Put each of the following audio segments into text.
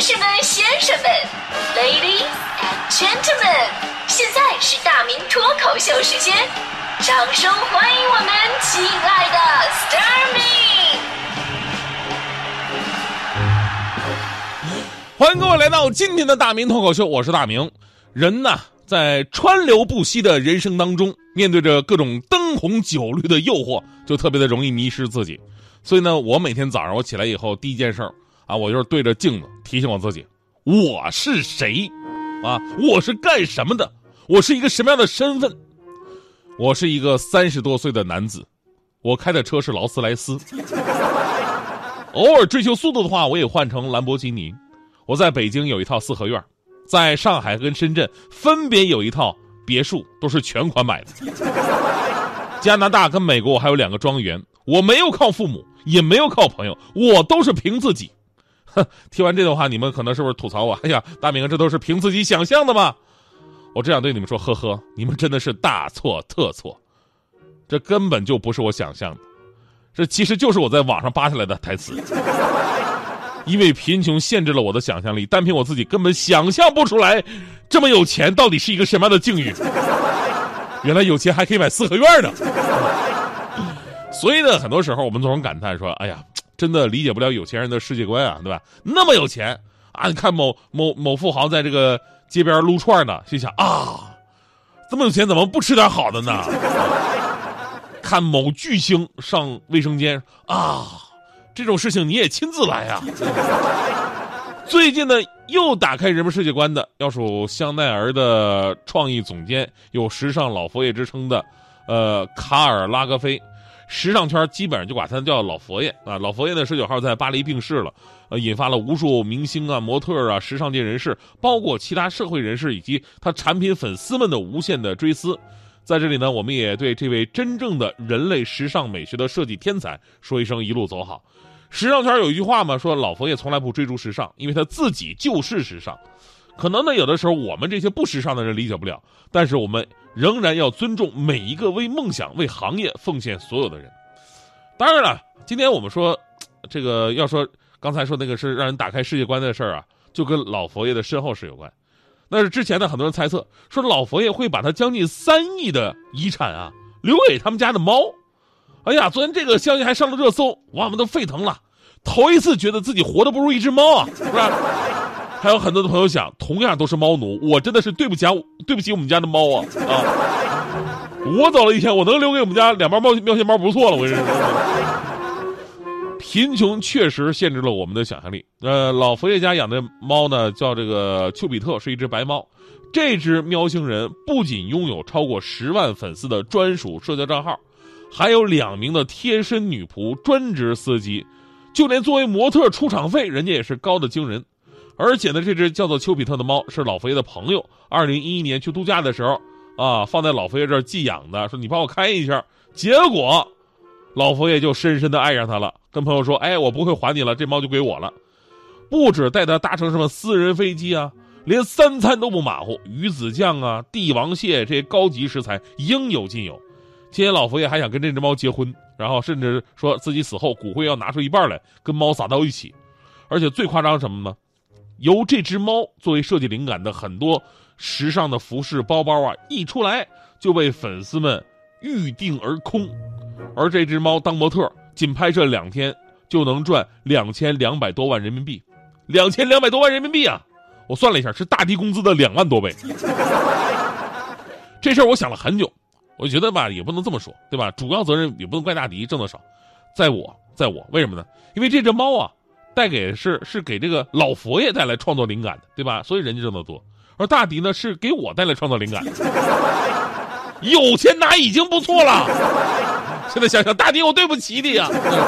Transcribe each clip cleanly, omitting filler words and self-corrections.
士们、先生们 ，Ladies and Gentlemen， 现在是大明脱口秀时间，掌声欢迎我们亲爱的 Starmin。 欢迎各位来到今天的大明脱口秀，我是大明。人呐，在川流不息的人生当中，面对着各种灯红酒绿的诱惑，就特别的容易迷失自己。所以呢，我每天早上我起来以后，第一件事啊，我就是对着镜子提醒我自己，我是谁啊？我是干什么的？我是一个什么样的身份？我是一个30多岁的男子，我开的车是劳斯莱斯，偶尔追求速度的话，我也换成兰博基尼。我在北京有一套四合院，在上海跟深圳分别有一套别墅，都是全款买的。加拿大跟美国我还有2个庄园，我没有靠父母，也没有靠朋友，我都是凭自己。听完这段话，你们可能是不是吐槽我？哎呀，大明这都是凭自己想象的吗？我这样对你们说，呵呵，你们真的是大错特错，这根本就不是我想象的，这其实就是我在网上扒下来的台词。因为贫穷限制了我的想象力，单凭我自己根本想象不出来，这么有钱到底是一个什么样的境遇。原来有钱还可以买四合院呢。所以呢，很多时候我们总感叹说，哎呀，真的理解不了有钱人的世界观啊，对吧？那么有钱啊，你看某富豪在这个街边撸串呢，心想啊，这么有钱怎么不吃点好的呢？看某巨星上卫生间啊，这种事情你也亲自来啊。最近呢，又打开人们世界观的要数香奈儿的创意总监，有时尚老佛爷之称的卡尔拉格菲。时尚圈基本上就管他叫老佛爷啊。老佛爷的19号在巴黎病逝了，引发了无数明星啊、模特啊、时尚界人士，包括其他社会人士以及他产品粉丝们的无限的追思。在这里呢，我们也对这位真正的人类时尚美学的设计天才说一声一路走好。时尚圈有一句话嘛，说老佛爷从来不追逐时尚，因为他自己就是时尚。可能呢，有的时候我们这些不时尚的人理解不了，但是我们仍然要尊重每一个为梦想、为行业奉献所有的人。当然了，今天我们说这个要说刚才说那个是让人打开世界观的事儿啊，就跟老佛爷的身后事有关。那是之前呢，很多人猜测说老佛爷会把他将近3亿的遗产啊留给他们家的猫。哎呀，昨天这个消息还上了热搜，哇，我们都沸腾了，头一次觉得自己活得不如一只猫啊，是吧？还有很多的朋友想，同样都是猫奴，我真的是对不起我们家的猫啊！我走了一天，我能留给我们家2包喵线猫不错了，我跟你说。贫穷确实限制了我们的想象力。老佛爷家养的猫呢，叫这个丘比特，是一只白猫。这只喵星人不仅拥有超过10万粉丝的专属社交账号，还有2名的贴身女仆、专职司机，就连作为模特出场费，人家也是高的惊人。而且呢，这只叫做丘比特的猫是老佛爷的朋友2011年去度假的时候啊，放在老佛爷这儿寄养的，说你帮我看一下。结果老佛爷就深深的爱上它了，跟朋友说，哎，我不会还你了，这猫就归我了。不止带它搭乘什么私人飞机啊，连3餐都不马虎，鱼子酱啊、帝王蟹这些高级食材应有尽有。今天老佛爷还想跟这只猫结婚，然后甚至说自己死后骨灰要拿出一半来跟猫撒到一起。而且最夸张什么呢？由这只猫作为设计灵感的很多时尚的服饰包包啊，一出来就被粉丝们预定而空。而这只猫当模特仅拍摄2天就能赚2200多万人民币，2200多万人民币啊！我算了一下，是大地工资的2万多倍。这事儿我想了很久，我觉得吧也不能这么说，对吧？主要责任也不能怪大迪挣得少，在我，为什么呢？因为这只猫啊带给是给这个老佛爷带来创作灵感的，对吧？所以人家挣得多。而大迪呢是给我带来创作灵感的。有钱拿已经不错了，现在想想，大迪我对不起你啊。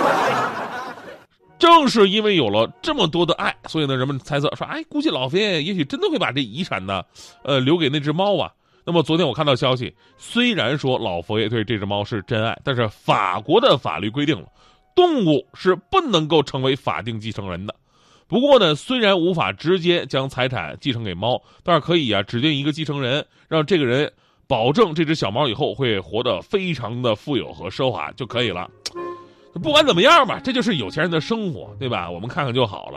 正是因为有了这么多的爱，所以呢人们猜测说，哎，估计老佛爷也许真的会把这遗产呢留给那只猫啊。那么昨天我看到消息，虽然说老佛爷对这只猫是真爱，但是法国的法律规定了，动物是不能够成为法定继承人的。不过呢，虽然无法直接将财产继承给猫，但是可以啊指定一个继承人，让这个人保证这只小猫以后会活得非常的富有和奢华就可以了。不管怎么样吧，这就是有钱人的生活，对吧？我们看看就好了。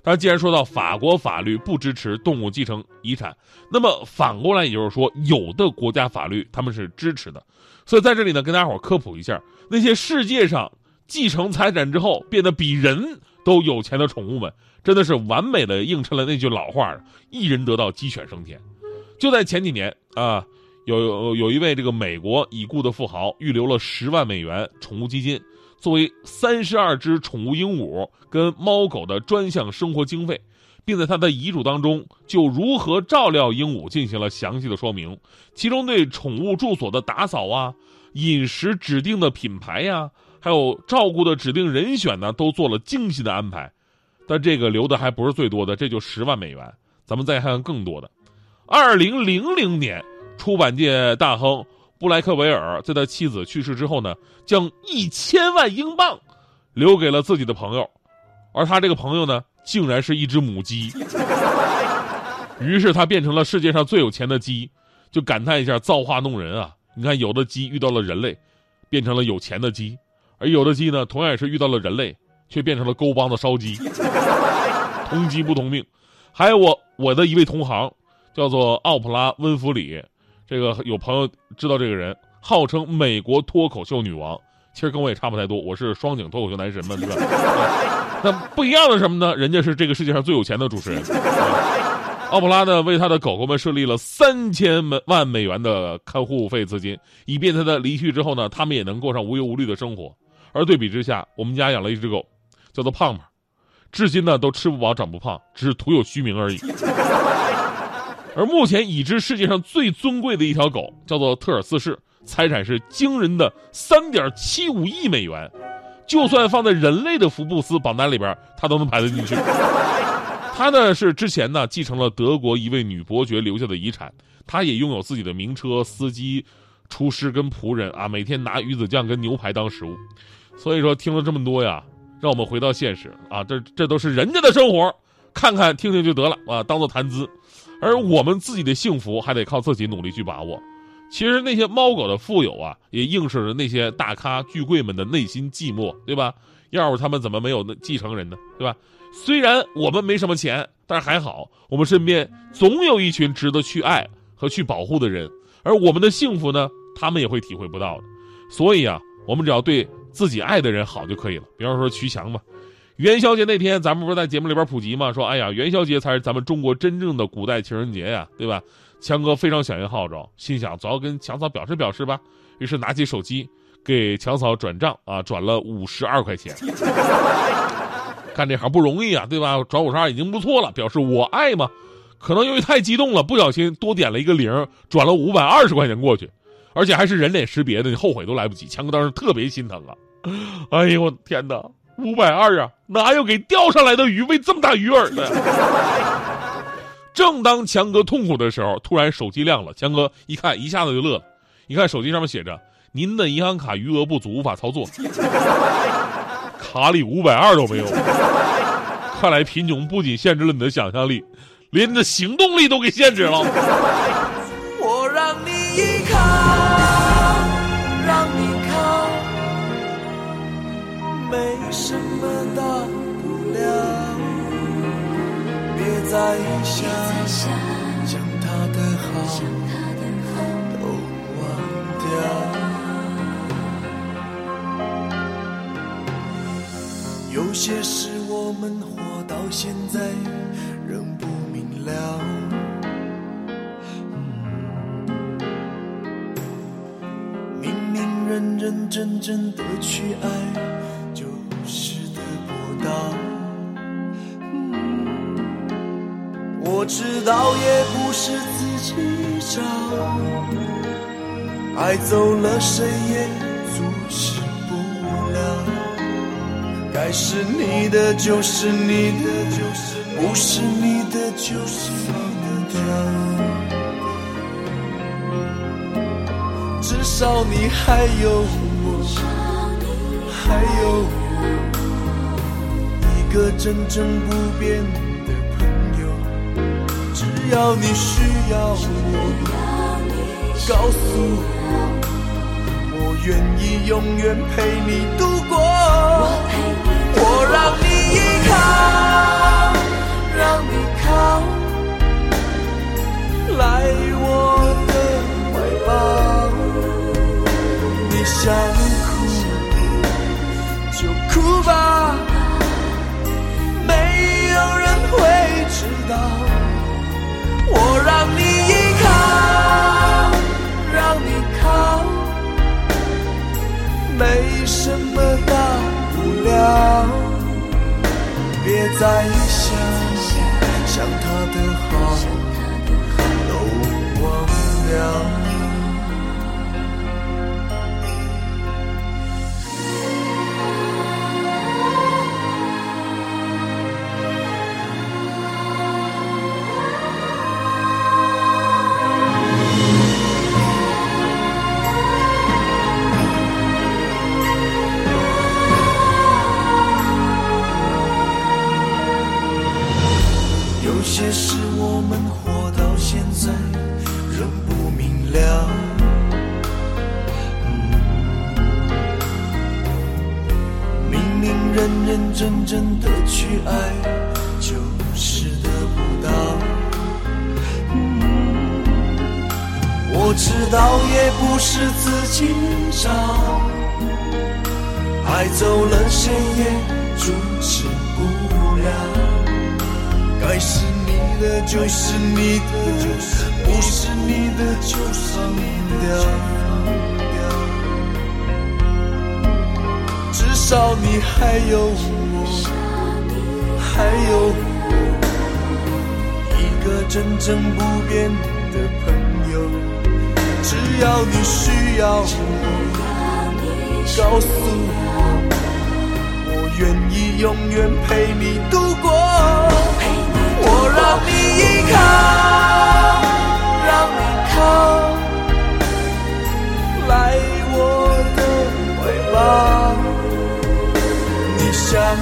但既然说到法国法律不支持动物继承遗产，那么反过来也就是说，有的国家法律他们是支持的。所以在这里呢，跟大家伙科普一下，那些世界上继承财产之后变得比人都有钱的宠物们，真的是完美的映衬了那句老话：一人得道，鸡犬升天。就在前几年啊，有一位这个美国已故的富豪预留了10万美元宠物基金，作为32只宠物鹦鹉跟猫狗的专项生活经费，并在他的遗嘱当中就如何照料鹦鹉进行了详细的说明，其中对宠物住所的打扫啊、饮食指定的品牌呀，还有照顾的指定人选呢，都做了精细的安排。但这个留的还不是最多的，这就10万美元。咱们再看看更多的。2000年，出版界大亨布莱克维尔在他妻子去世之后呢，将1000万英镑留给了自己的朋友，而他这个朋友呢，竟然是一只母鸡。于是他变成了世界上最有钱的鸡，就感叹一下造化弄人啊！你看，有的鸡遇到了人类，变成了有钱的鸡，而有的鸡呢，同样也是遇到了人类，却变成了沟帮的烧鸡。同鸡不同命。还有我的一位同行，叫做奥普拉温弗里，这个有朋友知道这个人，号称美国脱口秀女王。其实跟我也差不太多，我是双井脱口秀男神嘛，对吧？那不一样的什么呢？人家是这个世界上最有钱的主持人。奥普拉呢，为他的狗狗们设立了3000万美元的看护费资金，以便他的离去之后呢，他们也能过上无忧无虑的生活。而对比之下，我们家养了一只狗，叫做胖胖，至今呢都吃不饱长不胖，只是徒有虚名而已。而目前已知世界上最尊贵的一条狗叫做特尔斯氏，财产是惊人的3.75亿美元，就算放在人类的福布斯榜单里边，它都能排得进去。他呢是之前呢继承了德国一位女伯爵留下的遗产，他也拥有自己的名车、司机、厨师跟仆人啊，每天拿鱼子酱跟牛排当食物。所以说听了这么多呀，让我们回到现实啊，这都是人家的生活，看看听听就得了啊，当做谈资。而我们自己的幸福还得靠自己努力去把握。其实那些猫狗的富有啊，也映射着那些大咖巨贵们的内心寂寞，对吧？要是他们怎么没有继承人呢？对吧？虽然我们没什么钱，但是还好，我们身边总有一群值得去爱和去保护的人，而我们的幸福呢，他们也会体会不到的。所以啊，我们只要对自己爱的人好就可以了。比方说瞿强嘛，元宵节那天咱们不是在节目里边普及吗？说哎呀，元宵节才是咱们中国真正的古代情人节呀，对吧？强哥非常响应号召，心想早要跟强嫂表示表示吧，于是拿起手机给强嫂转账啊，转了52块钱。干这行不容易啊，对吧？转52已经不错了，表示我爱嘛。可能由于太激动了，不小心多点了一个0，转了520块钱过去，而且还是人脸识别的，你后悔都来不及。强哥当时特别心疼啊，哎呦我天哪，520啊，哪有给钓上来的鱼喂这么大鱼饵的？正当强哥痛苦的时候，突然手机亮了，强哥一看一下子就乐了，一看手机上面写着您的银行卡余额不足，无法操作，卡里520都没有。看来贫穷不仅限制了你的想象力，连你的行动力都给限制了。 我让你依靠，让你靠，没什么大不了，别再想将他的好都忘掉。有些事我们活到现在仍不明了，明明认认真真的去爱，就是得不到。我知道也不是自己找，爱走了谁也阻止不了。该是你的就是你的，不是你的就是放掉。至少你还有我，还有一个真正不变的朋友。只要你需要我，告诉我，我愿意永远陪你度过。我让你依靠， 有些事我们活到现在仍不明了。明明认认真真的去爱，就是得不到。我知道也不是自己找，爱走了谁也阻止不了。该是你的就是你的，不是你的就放掉。至少你还有我，还有我，一个真正不变的朋友。只要你需要我，告诉我，我愿意永远陪你度过。我让你依靠，让你靠，来我的怀抱。你想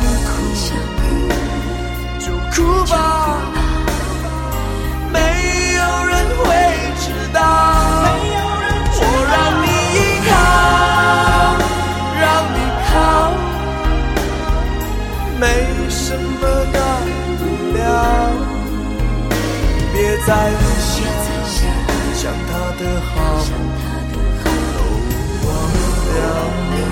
哭就哭吧，没有人会知道。我让你依靠，让你靠，没什么大不了。别再想将他的好都忘掉。